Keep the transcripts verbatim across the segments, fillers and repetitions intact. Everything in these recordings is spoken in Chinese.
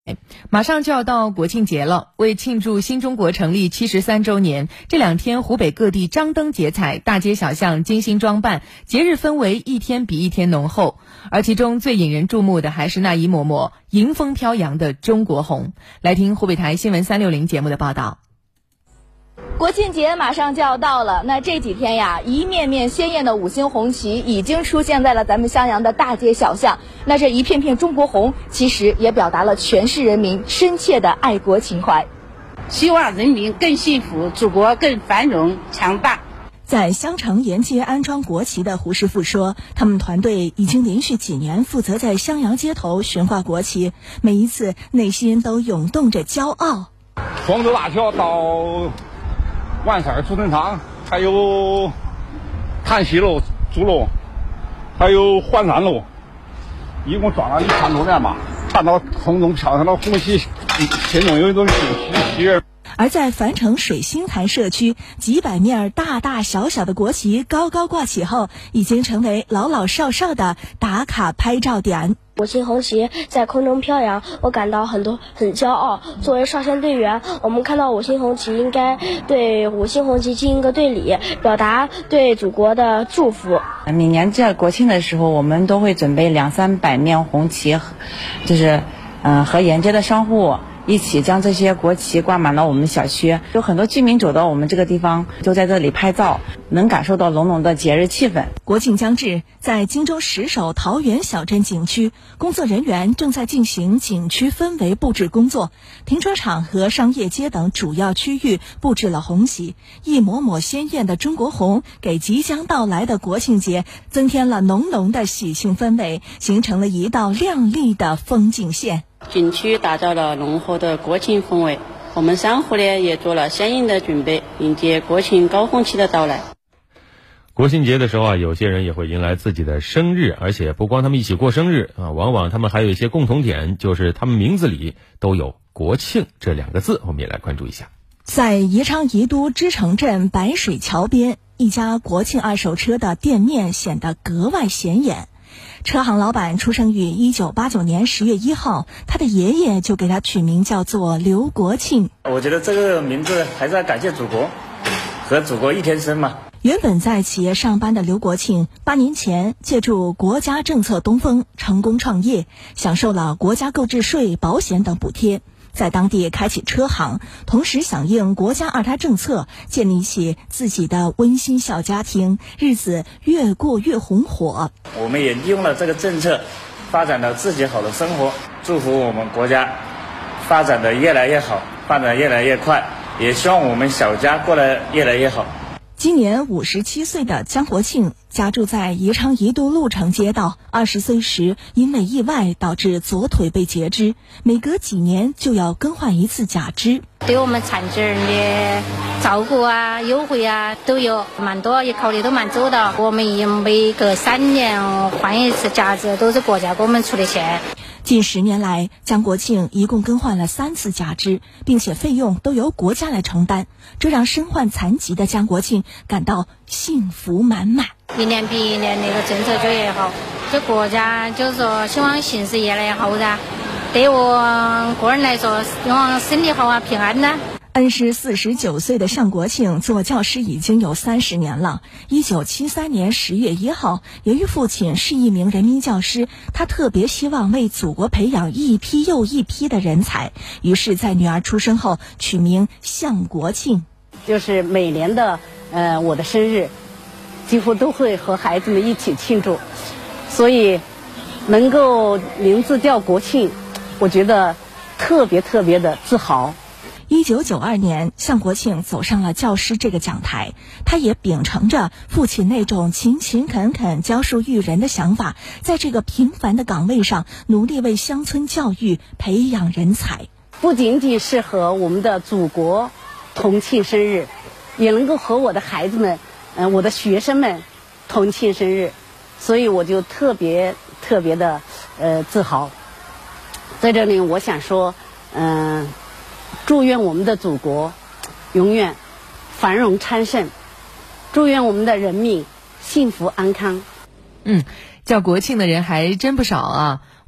马上就要到国庆节了，为庆祝新中国成立七十三周年，这两天湖北各地张灯结彩，大街小巷精心装扮，节日氛围一天比一天浓厚。而其中最引人注目的还是那一抹抹迎风飘扬的中国红。来听湖北台新闻三六零节目的报道。 国庆节马上就要到了，那这几天呀，一面面鲜艳的五星红旗已经出现在了咱们襄阳的大街小巷。那这一片片中国红，其实也表达了全市人民深切的爱国情怀。 希望人民更幸福，祖国更繁荣强大。 在襄城沿街安装国旗的胡师傅说，他们团队已经连续几年负责在襄阳街头悬挂国旗，每一次内心都涌动着骄傲。 黄州大桥到万山主城场，还有潭西路、主路，还有环山路，一共装了一千多年吧。看到空中飘上的红旗，心中有一种喜喜悦。 而在樊城水星台社区，几百面大大小小的国旗高高挂起后，已经成为老老少少的打卡拍照点。 五星红旗在空中飘扬，我感到很多很骄傲。作为少先队员，我们看到五星红旗，应该对五星红旗敬一个队礼，表达对祖国的祝福。 每年这国庆的时候，我们都会准备两三百面红旗，就是嗯、呃、和沿街的商户一起将这些国旗挂满了我们小区，有很多居民走到我们这个地方就在这里拍照，能感受到浓浓的节日气氛。 国庆将至，在荆州石首桃源小镇景区，工作人员正在进行景区氛围布置工作，停车场和商业街等主要区域布置了红旗，一抹抹鲜艳的中国红给即将到来的国庆节增添了浓浓的喜庆氛围，形成了一道亮丽的风景线。 景区打造了浓厚的国庆氛围，我们商户呢也做了相应的准备，迎接国庆高峰期的到来。 国庆节的时候啊，有些人也会迎来自己的生日，而且不光他们一起过生日啊，往往他们还有一些共同点，就是他们名字里都有国庆这两个字，我们也来关注一下。 在宜昌宜都织城镇白水桥边，一家国庆二手车的店面显得格外显眼。车行老板出生于一九八九年十月一号，他的爷爷就给他取名叫做刘国庆。 我觉得这个名字还是要感谢祖国，和祖国一天生嘛。 原本在企业上班的刘国庆，八年前借助国家政策东风成功创业，享受了国家购置税、保险等补贴，在当地开启车行，同时响应国家二胎政策，建立起自己的温馨小家庭，日子越过越红火。 我们也利用了这个政策，发展了自己好的生活，祝福我们国家发展的越来越好，发展越来越快，也希望我们小家过得越来越好。 今年五十七岁的江国庆家住在宜昌宜都鹿城街道，二十岁时因为意外导致左腿被截肢，每隔几年就要更换一次假肢。 对我们残疾人的照顾啊、优惠啊都有蛮多，也考虑都蛮周到。我们也每隔三年换一次假肢，都是国家给我们出的钱。 近十年来，江国庆一共更换了三次假肢，并且费用都由国家来承担，这让身患残疾的江国庆感到幸福满满。 一年比一年那个政策就越好，这国家就是说希望形势越来越好噻，对我个人来说，希望身体好啊，平安呐。 恩师四十九岁的向国庆做教师已经有三十年了。一九七三年十月一号，由于父亲是一名人民教师，他特别希望为祖国培养一批又一批的人才，于是在女儿出生后取名向国庆。 就是每年的呃我的生日，几乎都会和孩子们一起庆祝，所以能够名字叫国庆，我觉得特别特别的自豪。 一九九二年，向国庆走上了教师这个讲台，他也秉承着父亲那种勤勤恳恳教书育人的想法，在这个平凡的岗位上努力为乡村教育培养人才。 不仅仅是和我们的祖国同庆生日，也能够和我的孩子们、嗯、呃，我的学生们同庆生日，所以我就特别特别的呃自豪。在这里，我想说，嗯、呃。祝愿我们的祖国永远繁荣昌盛，祝愿我们的人民幸福安康。 嗯，叫国庆的人还真不少啊。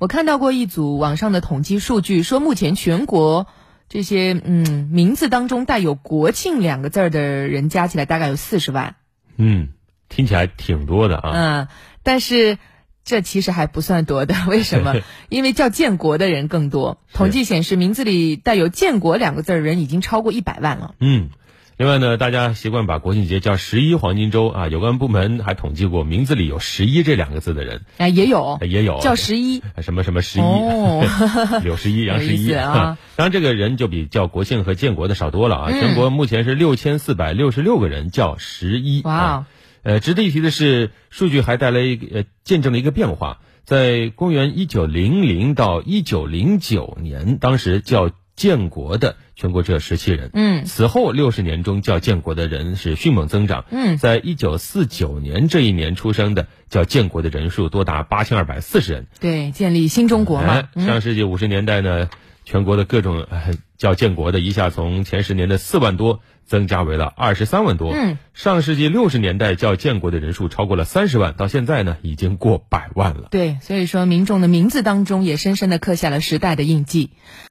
我看到过一组网上的统计数据，说目前全国这些嗯名字当中带有国庆两个字儿的人加起来大概有四十万。 嗯，听起来挺多的啊。 嗯，但是这其实还不算多的，为什么？因为叫建国的人更多。统计显示，名字里带有建国两个字的人已经超过一百万了。 嗯。另外呢，大家习惯把国庆节叫十一黄金周啊，有关部门还统计过，名字里有十一这两个字的人啊，也有也有叫十一什么什么十一， 哦、 柳十一、杨十一啊。 当然，这个人就比叫国庆和建国的少多了啊。嗯、全国目前是六千四百六十六个人叫十一。 哇、 啊！呃，值得一提的是，数据还带来一个呃，见证了一个变化，在公元一九零零到一九零九年，当时叫建国的全国只有十七人， 嗯， 此后六十年中叫建国的人是迅猛增长， 嗯， 在一九四九年这一年出生的叫建国的人数多达八千二百四十人， 对，建立新中国嘛。 哎嗯、上世纪五十年代呢，全国的各种、呃、叫建国的一下从前十年的四万多增加为了二十三万多， 嗯， 上世纪六十年代叫建国的人数超过了三十万，到现在呢已经过百万了。 对，所以说民众的名字当中也深深地刻下了时代的印记。